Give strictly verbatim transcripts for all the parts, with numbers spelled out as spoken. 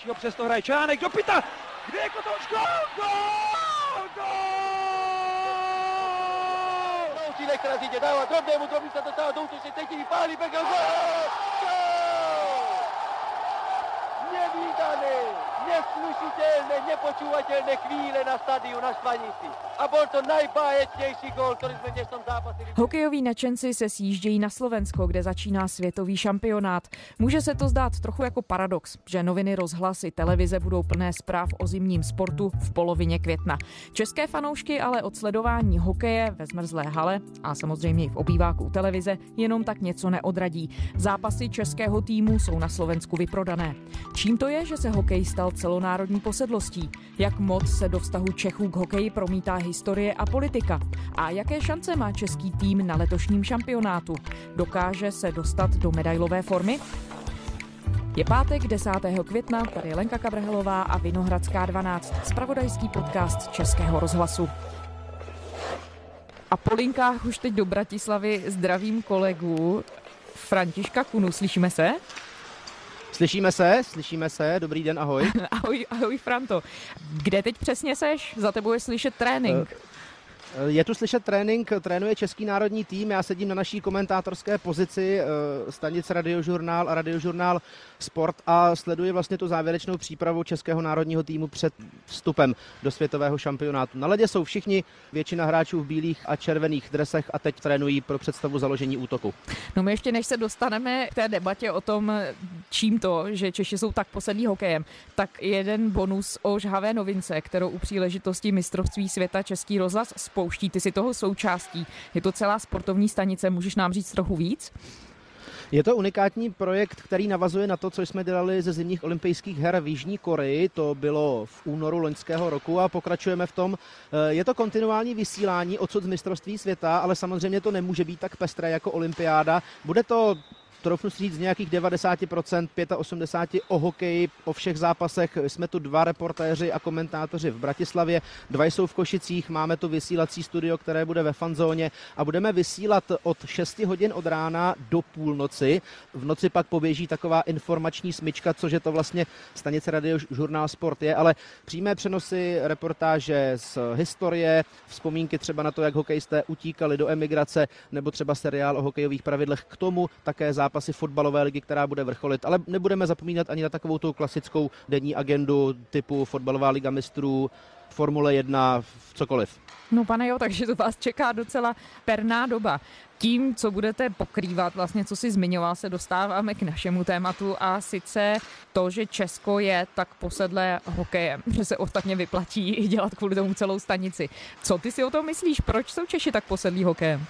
dalšího, přesto hraje Čánek do pita, kde je Kotouč, gol, gol, gol! Musí Lektora si dává drobnému, drobný se dostává do útočí, teď vypálí, Begel, gol, gol! Nevídané, neslušiteľné, nepočúvateľné chvíle na stadiu na Štvanici. A bol to najbáječnější gól, který jsme v dnešnom zápase. Hokejoví nadšenci se sjíždějí na Slovensko, kde začíná světový šampionát. Může se to zdát trochu jako paradox, že noviny, rozhlas i televize budou plné zpráv o zimním sportu v polovině května. České fanoušky ale od sledování hokeje ve zmrzlé hale a samozřejmě i v obýváku u televize jenom tak něco neodradí. Zápasy českého týmu jsou na Slovensku vyprodané. Čím to je, že se hokej stal celonárodní posedlostí? Jak moc se do vztahu Čechů k hokeji promítá historie a politika? A jaké šance má český tým na letošním šampionátu? Dokáže se dostat do medailové formy? Je pátek desátého května, tady je Lenka Kabrhelová a Vinohradská dvanáct, zpravodajský podcast Českého rozhlasu. A po linkách už teď do Bratislavy zdravím kolegu Františka Kunu. Slyšíme se? Slyšíme se, slyšíme se, dobrý den, ahoj. ahoj, ahoj Franto. Kde teď přesně seš? Za tebou je slyšet trénink. Je tu slyšet trénink, trénuje český národní tým, já sedím na naší komentátorské pozici stanic Radiožurnál a Radiožurnál Sport a sleduji vlastně tu závěrečnou přípravu českého národního týmu před vstupem do světového šampionátu. Na ledě jsou všichni, většina hráčů v bílých a červených dresech a teď trénují pro představu založení útoku. No my ještě než se dostaneme k té debatě o tom, čím to, že Češi jsou tak posedlí hokejem, tak jeden bonus o žhavé novince, kterou u příležitosti mistrovství světa Český rozhlas spouští. Ty si toho součástí. Je to celá sportovní stanice, můžeš nám říct trochu víc? Je to unikátní projekt, který navazuje na to, co jsme dělali ze zimních olympijských her v Jižní Koreji. To bylo v únoru loňského roku a pokračujeme v tom. Je to kontinuální vysílání odsud z mistrovství světa, ale samozřejmě to nemůže být tak pestré jako olympiáda. Bude to troufnu si říct nějakých devadesát procent, osmdesát pět procent o hokeji, o všech zápasech. Jsme tu dva reportéři a komentátoři v Bratislavě, dva jsou v Košicích, máme tu vysílací studio, které bude ve fanzóně a budeme vysílat od šesti hodin od rána do půlnoci. V noci pak poběží taková informační smyčka, což je to vlastně stanice Radiožurnál Sport je, ale přímé přenosy, reportáže z historie, vzpomínky třeba na to, jak hokejisté utíkali do emigrace, nebo třeba seriál o hokejových pravidlech, k tomu také zápasy zápasy fotbalové ligy, která bude vrcholit, ale nebudeme zapomínat ani na takovou tu klasickou denní agendu typu fotbalová liga mistrů, Formule jedna, cokoliv. No pane jo, takže to vás čeká docela perná doba. Tím, co budete pokrývat, vlastně co si zmiňoval, se dostáváme k našemu tématu a sice to, že Česko je tak posedlé hokejem, že se ostatně vyplatí i dělat kvůli tomu celou stanici. Co ty si o tom myslíš? Proč jsou Češi tak posedlí hokejem?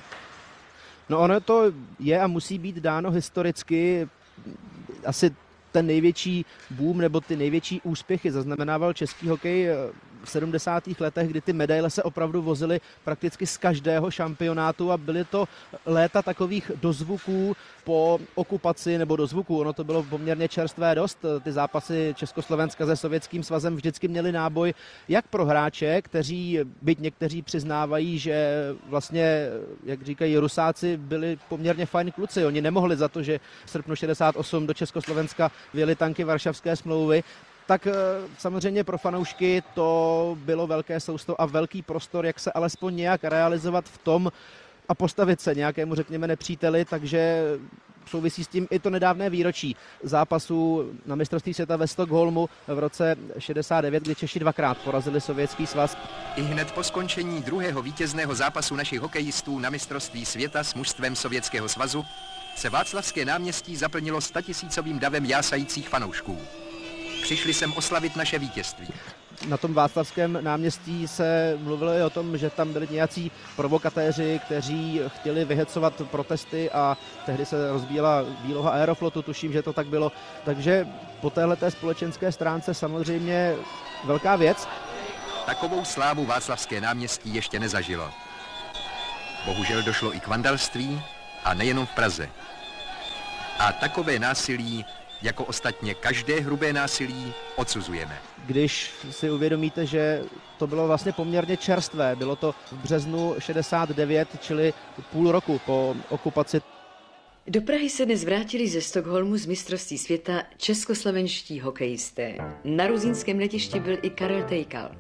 No ono to je a musí být dáno historicky. Asi ten největší boom nebo ty největší úspěchy zaznamenával český hokej v sedmdesátých letech, kdy ty medaile se opravdu vozily prakticky z každého šampionátu a byly to léta takových dozvuků po okupaci nebo dozvuků. Ono to bylo poměrně čerstvé dost. Ty zápasy Československa se Sovětským svazem vždycky měly náboj jak pro hráče, kteří, byť někteří přiznávají, že vlastně, jak říkají Rusáci, byli poměrně fajn kluci. Oni nemohli za to, že v srpnu šedesát osm do Československa vyjeli tanky Varšavské smlouvy. Tak samozřejmě pro fanoušky to bylo velké sousto a velký prostor, jak se alespoň nějak realizovat v tom a postavit se nějakému, řekněme, nepříteli, takže souvisí s tím i to nedávné výročí zápasu na mistrovství světa ve Stockholmu v roce šedesát devět, kdy Češi dvakrát porazili Sovětský svaz. I hned po skončení druhého vítězného zápasu našich hokejistů na mistrovství světa s mužstvem Sovětského svazu se Václavské náměstí zaplnilo statisícovým davem jásajících fanoušků. Přišli sem oslavit naše vítězství. Na tom Václavském náměstí se mluvilo i o tom, že tam byli nějací provokatéři, kteří chtěli vyhecovat protesty a tehdy se rozbíjela výloha Aeroflotu, tuším, že to tak bylo. Takže po téhleté společenské stránce samozřejmě velká věc. Takovou slávu Václavské náměstí ještě nezažilo. Bohužel došlo i k vandalství a nejenom v Praze. A takové násilí, jako ostatně každé hrubé násilí, odsuzujeme. Když si uvědomíte, že to bylo vlastně poměrně čerstvé, bylo to v březnu šedesát devět, čili půl roku po okupaci. Do Prahy se dnes vrátili ze Stockholmu z mistrovství světa českoslovenští hokejisté. Na ruzínském letišti byl i Karel Tejkal.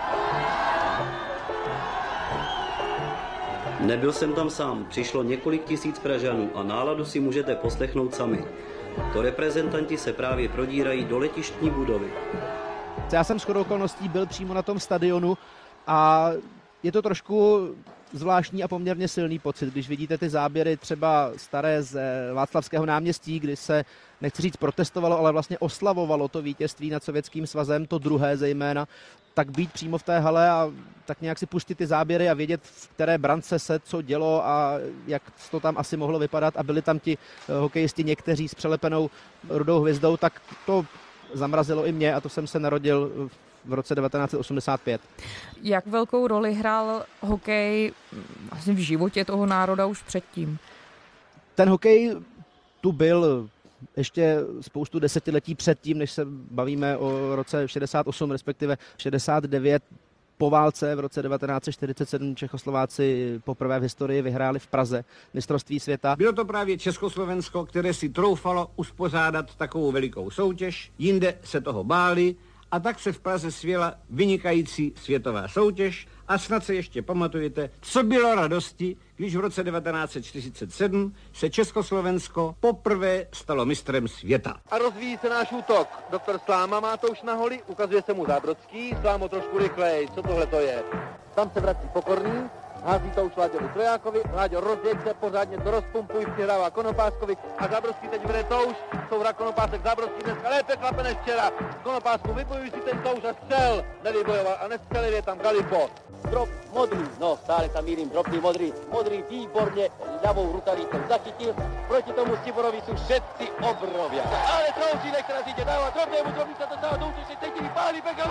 Nebyl jsem tam sám, přišlo několik tisíc Pražanů a náladu si můžete poslechnout sami. To reprezentanti se právě prodírají do letištní budovy. Já jsem shodou okolností byl přímo na tom stadionu a je to trošku zvláštní a poměrně silný pocit, když vidíte ty záběry třeba staré z Václavského náměstí, kdy se, nechci říct protestovalo, ale vlastně oslavovalo to vítězství nad Sovětským svazem, to druhé zejména, tak být přímo v té hale a tak nějak si pustit ty záběry a vědět, v které brance se co dělo a jak to tam asi mohlo vypadat a byli tam ti hokejisti někteří s přelepenou rudou hvězdou, tak to zamrazilo i mě a to jsem se narodil v roce devatenáct set osmdesát pět. Jak velkou roli hrál hokej vlastně v životě toho národa už předtím? Ten hokej tu byl ještě spoustu desetiletí předtím, než se bavíme o roce šedesát osm, respektive šedesát devět. Po válce v roce devatenáct set čtyřicet sedm Čechoslováci poprvé v historii vyhráli v Praze mistrovství světa. Bylo to právě Československo, které si troufalo uspořádat takovou velikou soutěž, jinde se toho báli a tak se v Praze svěla vynikající světová soutěž a snad se ještě pamatujete, co bylo radosti, když v roce devatenáct set čtyřicet sedm se Československo poprvé stalo mistrem světa. A rozvíjí se náš útok. Doktor Sláma má to už na holi, ukazuje se mu Zábrodský, Slámo trošku rychleji, co tohle to je? Tam se vrací Pokorný, hází to už Láďovi Trojákovi, Láďo rozjeď se, pořádně to rozpumpuj, přihrává Konopáskovi a Zábrodský teď vede touž, souhra Konopásek, Zábrodský dneska lépe klape než včera. Konopásku vybojuj si ten touž a střel, nevybojoval a nestřelil je tam Galipo. Drop modrý, no stále tam mírim, dropný modrý, modrý výborně ľavou rukavičkou zachytil, proti tomu Stiborovi jsou všetci obrovia. Ale Trouřínek teraz ide dává drobnému, drobný sa dostáva do útočnej tretiny, pálí Begel,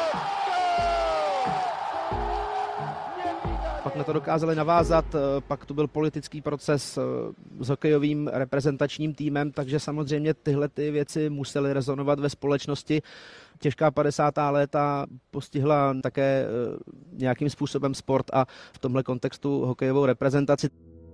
Pak na to dokázali navázat, pak tu byl politický proces s hokejovým reprezentačním týmem, takže samozřejmě tyhle ty věci musely rezonovat ve společnosti. Těžká padesátá léta postihla také nějakým způsobem sport a v tomhle kontextu hokejovou reprezentaci.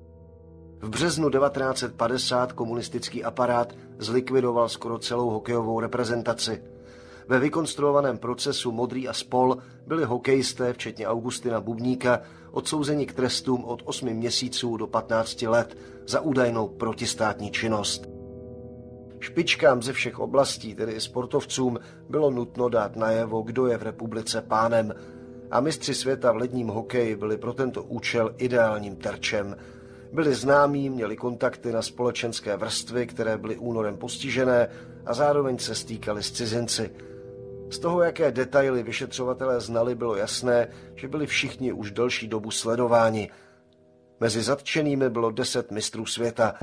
V březnu devatenáct set padesát komunistický aparát zlikvidoval skoro celou hokejovou reprezentaci. Ve vykonstruovaném procesu Modrý a spol byli hokejisté, včetně Augustina Bubníka, odsouzeni k trestům od osmi měsíců do patnácti let za údajnou protistátní činnost. Špičkám ze všech oblastí, tedy i sportovcům, bylo nutno dát najevo, kdo je v republice pánem. A mistři světa v ledním hokeji byli pro tento účel ideálním terčem. Byli známí, měli kontakty na společenské vrstvy, které byly únorem postižené a zároveň se stýkali s cizinci. Z toho, jaké detaily vyšetřovatelé znali, bylo jasné, že byli všichni už delší dobu sledováni. Mezi zatčenými bylo deset mistrů světa.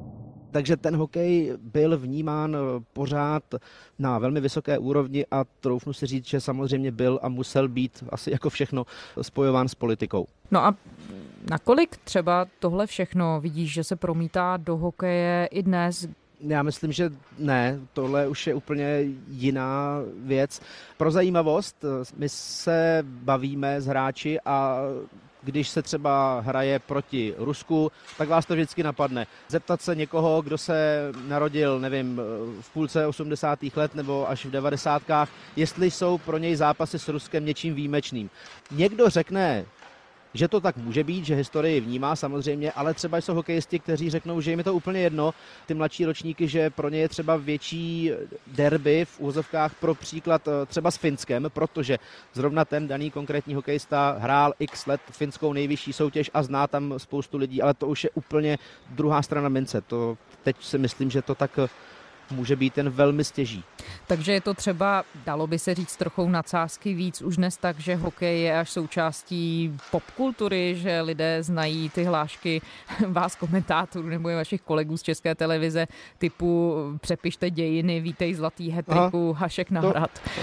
Takže ten hokej byl vnímán pořád na velmi vysoké úrovni a troufnu si říct, že samozřejmě byl a musel být asi jako všechno spojován s politikou. No a nakolik třeba tohle všechno vidíš, že se promítá do hokeje i dnes? Já myslím, že ne, tohle už je úplně jiná věc. Pro zajímavost, my se bavíme s hráči a když se třeba hraje proti Rusku, tak vás to vždycky napadne. Zeptat se někoho, kdo se narodil, nevím, v půlce osmdesátých let nebo až v devadesátkách, jestli jsou pro něj zápasy s Ruskem něčím výjimečným. Někdo řekne, že to tak může být, že historii vnímá samozřejmě, ale třeba jsou hokejisti, kteří řeknou, že jim je to úplně jedno, ty mladší ročníky, že pro ně je třeba větší derby v úvozovkách pro příklad třeba s Finskem, protože zrovna ten daný konkrétní hokejista hrál x let finskou nejvyšší soutěž a zná tam spoustu lidí, ale to už je úplně druhá strana mince. To teď si myslím, že to tak může být jen velmi stěží. Takže je to třeba, dalo by se říct trochu nadsázky víc už dnes tak, že hokej je až součástí popkultury, že lidé znají ty hlášky vás komentátorů nebo i vašich kolegů z České televize typu přepište dějiny, vítej zlatý hetriku, Hašek na hrad. To...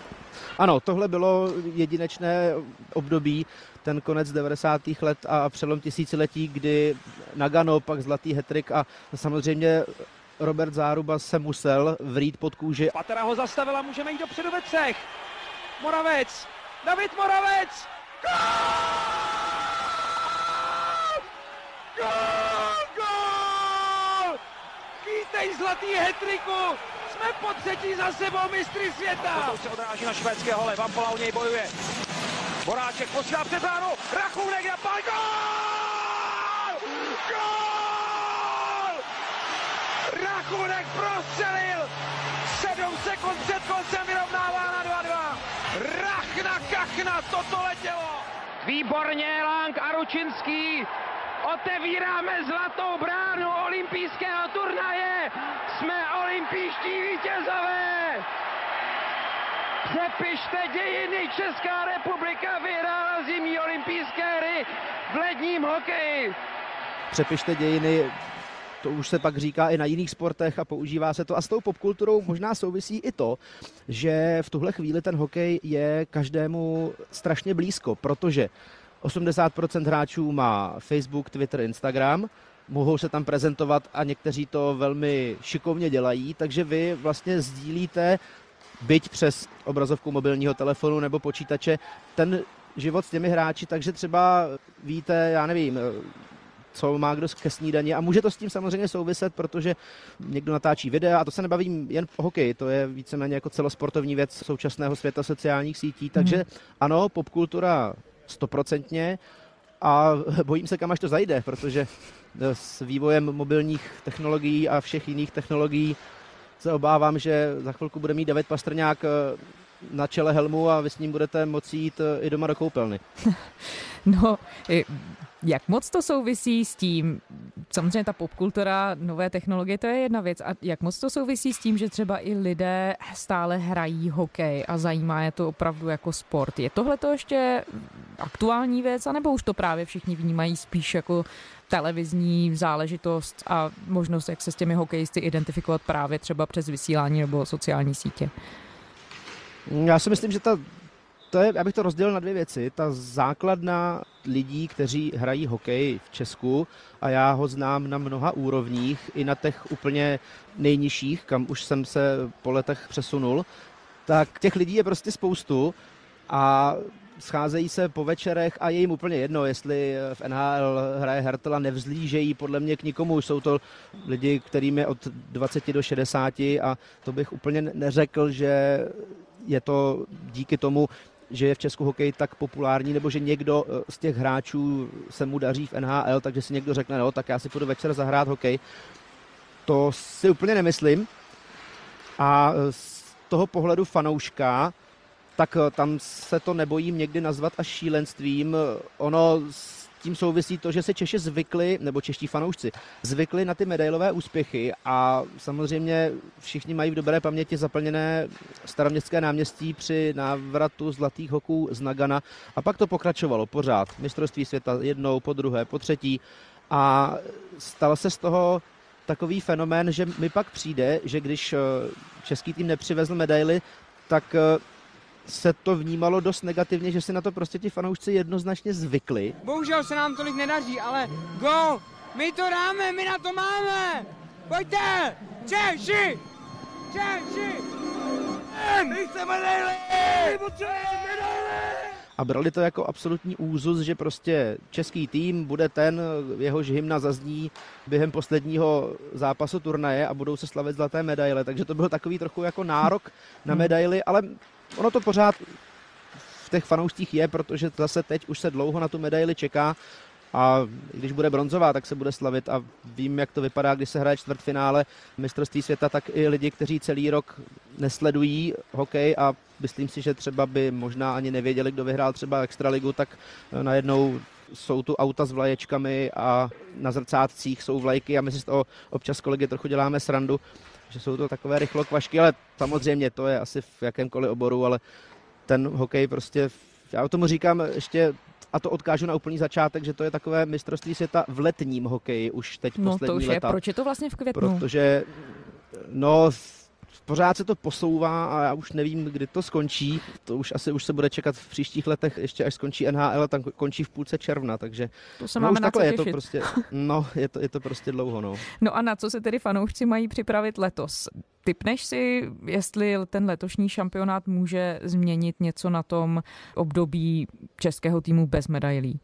Ano, tohle bylo jedinečné období, ten konec devadesátých let a přelom tisíciletí, kdy Nagano, pak zlatý hetrik a samozřejmě Robert Záruba se musel vrít pod kůži. Patera ho zastavila, můžeme jít dopředu ve třech. Moravec, David Moravec! Gól! Gól! Gól! Hokej zlatý hetriku. Jsme po třetí za sebou mistry světa. Potom se odráží na švédské hole. Vampola u něj bojuje. Boráček posílá před bránu. Rachůnek na pál. Gól! Gól! Rachůnek prostřelil. Sedm sekund před koncem vyrovnává na dva dva. Rachna kachna, toto letělo. Výborně, Lang a Ručinský. Otevíráme zlatou bránu olympijského turnaje. Jsme olympijští vítězové. Přepište dějiny, Česká republika vyhrála zimní olympijské hry v ledním hokeji. Přepište dějiny, to už se pak říká i na jiných sportech a používá se to. A s tou popkulturou možná souvisí i to, že v tuhle chvíli ten hokej je každému strašně blízko, protože osmdesát procent hráčů má Facebook, Twitter, Instagram, mohou se tam prezentovat a někteří to velmi šikovně dělají, takže vy vlastně sdílíte, byť přes obrazovku mobilního telefonu nebo počítače, ten život s těmi hráči, takže třeba víte, já nevím, co má kdo ke snídani a může to s tím samozřejmě souviset, protože někdo natáčí videa a to se nebavím jen o hokeji, to je víceméně jako celosportovní věc současného světa sociálních sítí, takže hmm. ano, popkultura stoprocentně a bojím se, kam až to zajde, protože s vývojem mobilních technologií a všech jiných technologií se obávám, že za chvilku bude mít David Pastrňák na čele helmu a vy s ním budete moci jít i doma do koupelny. No, jak moc to souvisí s tím, samozřejmě ta popkultura, nové technologie, to je jedna věc, a jak moc to souvisí s tím, že třeba i lidé stále hrají hokej a zajímá je to opravdu jako sport. Je tohle to ještě aktuální věc, anebo už to právě všichni vnímají spíš jako televizní záležitost a možnost, jak se s těmi hokejisty identifikovat právě třeba přes vysílání nebo sociální sítě? Já si myslím, že ta To je, abych to rozdělil na dvě věci. Ta základna lidí, kteří hrají hokej v Česku, a já ho znám na mnoha úrovních, i na těch úplně nejnižších, kam už jsem se po letech přesunul, tak těch lidí je prostě spoustu a scházejí se po večerech a je jim úplně jedno, jestli v N H L hraje Hertl a nevzlížejí podle mě k nikomu. Jsou to lidi, kterým je od dvaceti do šedesáti a to bych úplně neřekl, že je to díky tomu, že je v Česku hokej tak populární, nebo že někdo z těch hráčů se mu daří v N H L, takže si někdo řekne, no, tak já si půjdu večer zahrát hokej. To si úplně nemyslím. A z toho pohledu fanouška, tak tam se to nebojím někdy nazvat až šílenstvím. Ono s tím souvisí to, že se Češi zvykli, nebo čeští fanoušci, zvykli na ty medailové úspěchy a samozřejmě všichni mají v dobré paměti zaplněné Staroměstské náměstí při návratu zlatých hoků z Nagana a pak to pokračovalo pořád. Mistrovství světa jednou, po druhé, po třetí a stal se z toho takový fenomén, že mi pak přijde, že když český tým nepřivezl medaily, tak se to vnímalo dost negativně, že si na to prostě ti fanoušci jednoznačně zvykli. Bohužel se nám tolik nedaří, ale gol, my to dáme, my na to máme! Pojďte! Češi! Češi! My chceme medaily! My potřebujeme medaily! A brali to jako absolutní úzus, že prostě český tým bude ten, jehož hymna zazní během posledního zápasu turnaje a budou se slavit zlaté medaile. Takže to byl takový trochu jako nárok na medaily, ale ono to pořád v těch fanoušcích je, protože zase teď už se dlouho na tu medaili čeká a když bude bronzová, tak se bude slavit a vím, jak to vypadá, když se hraje čtvrtfinále mistrovství světa, tak i lidi, kteří celý rok nesledují hokej a myslím si, že třeba by možná ani nevěděli, kdo vyhrál třeba extraligu, tak najednou jsou tu auta s vlaječkami a na zrcátcích jsou vlajky a my si z toho občas kolegy trochu děláme srandu, že jsou to takové rychlokvašky, ale samozřejmě to je asi v jakémkoliv oboru, ale ten hokej prostě, já o tomu říkám ještě, a to odkážu na úplný začátek, že to je takové mistrovství světa v letním hokeji už teď no, poslední to už leta. Je. Proč je to vlastně v květnu? Protože, no, pořád se to posouvá a já už nevím, kdy to skončí. To už asi už se bude čekat v příštích letech, ještě až skončí N H L, tam končí v půlce června, takže to se no, máme už na takhle co je to těšit. prostě, no, je to, je to prostě dlouho, no. No a na co se tedy fanoušci mají připravit letos? Tipneš si, jestli ten letošní šampionát může změnit něco na tom období českého týmu bez medailí?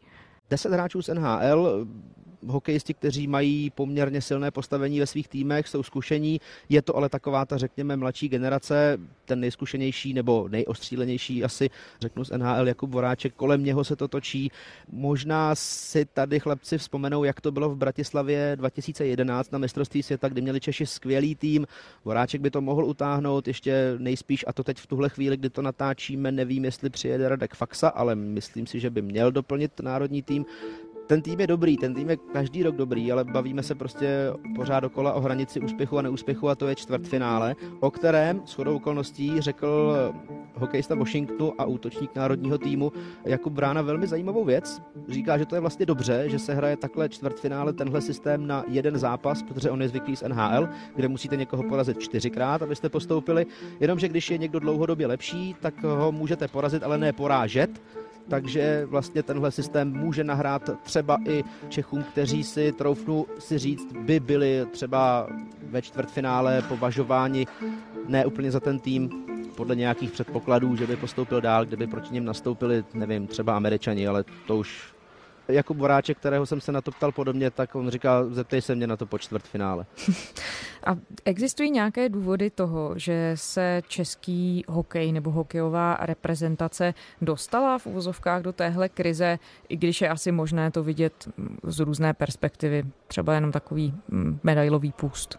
deset hráčů z N H L, hokejisti, kteří mají poměrně silné postavení ve svých týmech, jsou zkušení, je to ale taková ta, řekněme, mladší generace, ten nejzkušenější nebo nejostřílenější asi, řeknu z N H L, Jakub Voráček, kolem něho se to točí. Možná si tady chlapci vzpomenou, jak to bylo v Bratislavě dva tisíce jedenáct na mistrovství světa, kdy měli Češi skvělý tým, Voráček by to mohl utáhnout, ještě nejspíš, a to teď v tuhle chvíli, kdy to natáčíme, nevím, jestli přijede Radek Faksa, ale myslím si, že by měl doplnit národní tým. Ten tým je dobrý, ten tým je každý rok dobrý, ale bavíme se prostě pořád dokola o hranici úspěchu a neúspěchu a to je čtvrtfinále, o kterém shodou okolností řekl hokejista Washingtonu a útočník národního týmu Jakub Brána velmi zajímavou věc. Říká, že to je vlastně dobře, že se hraje takhle čtvrtfinále tenhle systém na jeden zápas, protože on je zvyklý z N H L, kde musíte někoho porazit čtyřikrát, abyste postoupili, jenomže když je někdo dlouhodobě lepší, tak ho můžete porazit, ale ne porážet. Takže vlastně tenhle systém může nahrát třeba i Čechům, kteří si, troufnu si říct, by byli třeba ve čtvrtfinále považováni ne úplně za ten tým podle nějakých předpokladů, že by postoupil dál, kdyby proti něm nastoupili, nevím, třeba Američani, ale to už... Jakub Voráček, kterého jsem se na to ptal podobně, tak on říká, zeptej se mě na to po čtvrtfinále. A existují nějaké důvody toho, že se český hokej nebo hokejová reprezentace dostala v uvozovkách do téhle krize, i když je asi možné to vidět z různé perspektivy, třeba jenom takový medailový půst?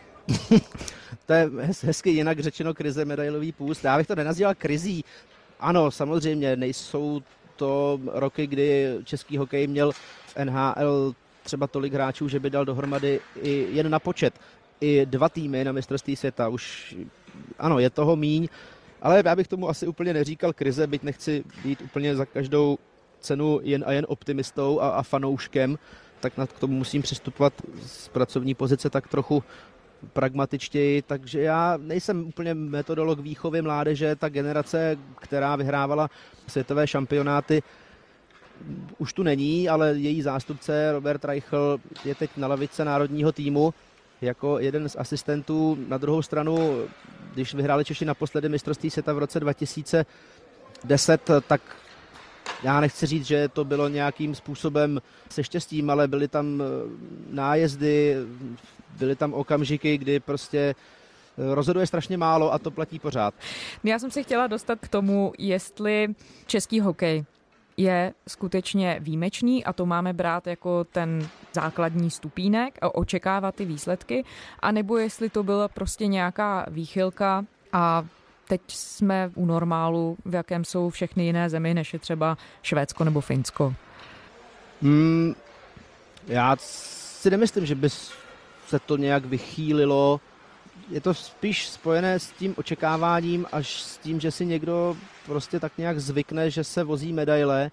To je hezky jinak řečeno krize, medailový půst. Já bych to nenazýval krizí. Ano, samozřejmě nejsou to roky, kdy český hokej měl v N H L třeba tolik hráčů, že by dal dohromady i jen na počet i dva týmy na mistrovství světa. Už ano, je toho míň, ale já bych tomu asi úplně neříkal krize, byť nechci být úplně za každou cenu jen a jen optimistou a, a fanouškem, tak k tomu musím přistupovat z pracovní pozice tak trochu pragmatičtěji, takže já nejsem úplně metodolog výchovy mládeže, ta generace, která vyhrávala světové šampionáty, už tu není, ale její zástupce Robert Reichel je teď na lavice národního týmu jako jeden z asistentů. Na druhou stranu, když vyhráli Češi naposledy mistrovství světa v roce dva tisíce deset, tak já nechci říct, že to bylo nějakým způsobem se štěstím, ale byly tam nájezdy, byly tam okamžiky, kdy prostě rozhoduje strašně málo a to platí pořád. Já jsem se chtěla dostat k tomu, jestli český hokej je skutečně výjimečný a to máme brát jako ten základní stupínek a očekávat ty výsledky, anebo jestli to byla prostě nějaká výchylka a teď jsme u normálu, v jakém jsou všechny jiné země, než je třeba Švédsko nebo Finsko. Hmm, já si nemyslím, že by se to nějak vychýlilo. Je to spíš spojené s tím očekáváním, až s tím, že si někdo prostě tak nějak zvykne, že se vozí medaile,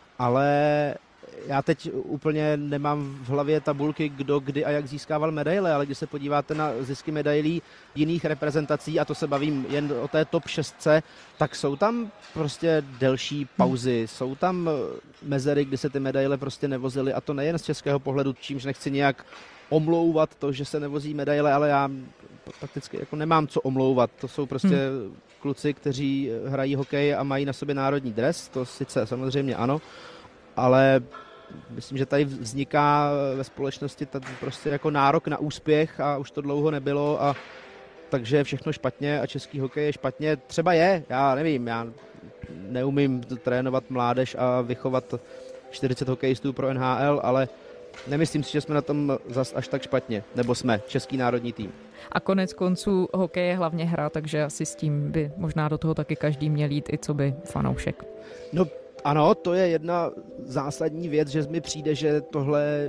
ale já teď úplně nemám v hlavě tabulky, kdo kdy a jak získával medaile, ale když se podíváte na zisky medailí jiných reprezentací, a to se bavím jen o té top šestce, tak jsou tam prostě delší pauzy, jsou tam mezery, kdy se ty medaile prostě nevozily, a to nejen z českého pohledu, čímž nechci nějak omlouvat to, že se nevozí medaile, ale já prakticky jako nemám co omlouvat. To jsou prostě hmm. kluci, kteří hrají hokej a mají na sobě národní dres, to sice samozřejmě ano, ale myslím, že tady vzniká ve společnosti tady prostě jako nárok na úspěch a už to dlouho nebylo, a takže je všechno špatně a český hokej je špatně. Třeba je, já nevím, já neumím trénovat mládež a vychovat čtyřicet hokejistů pro N H L, ale nemyslím si, že jsme na tom zas až tak špatně, nebo jsme český národní tým. A konec konců hokej je hlavně hra, takže asi s tím by možná do toho taky každý měl jít, i co by fanoušek. No ano, to je jedna zásadní věc, že mi přijde, že tohle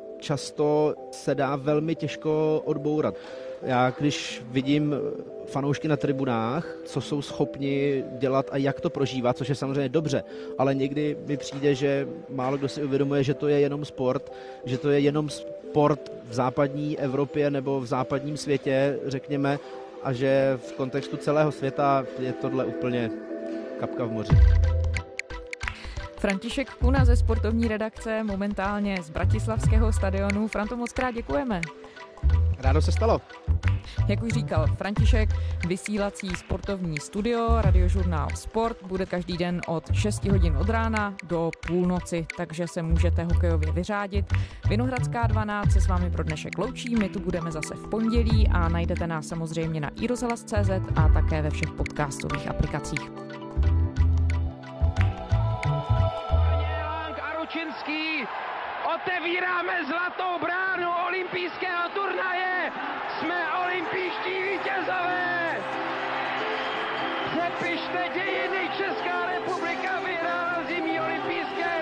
často se dá velmi těžko odbourat. Já když vidím fanoušky na tribunách, co jsou schopni dělat a jak to prožívat, což je samozřejmě dobře, ale někdy mi přijde, že málo kdo si uvědomuje, že to je jenom sport, že to je jenom sport v západní Evropě nebo v západním světě, řekněme, a že v kontextu celého světa je tohle úplně kapka v moři. František Kuna ze sportovní redakce, momentálně z bratislavského stadionu. Franto, moc krát děkujeme. Ráno se stalo. Jak už říkal František, vysílací sportovní studio, radiožurnál Sport bude každý den od šesti hodin od rána do půlnoci, takže se můžete hokejově vyřádit. Vinohradská dvanáct se s vámi pro dnešek loučí, my tu budeme zase v pondělí a najdete nás samozřejmě na i rozhlas tečka cé zet a také ve všech podcastových aplikacích. Aručinský, otevíráme zlatou bránu olympijského turnaje. Jsme olympijští vítězové. Přepište dějiny, Česká republika vyhrála zimní olympijské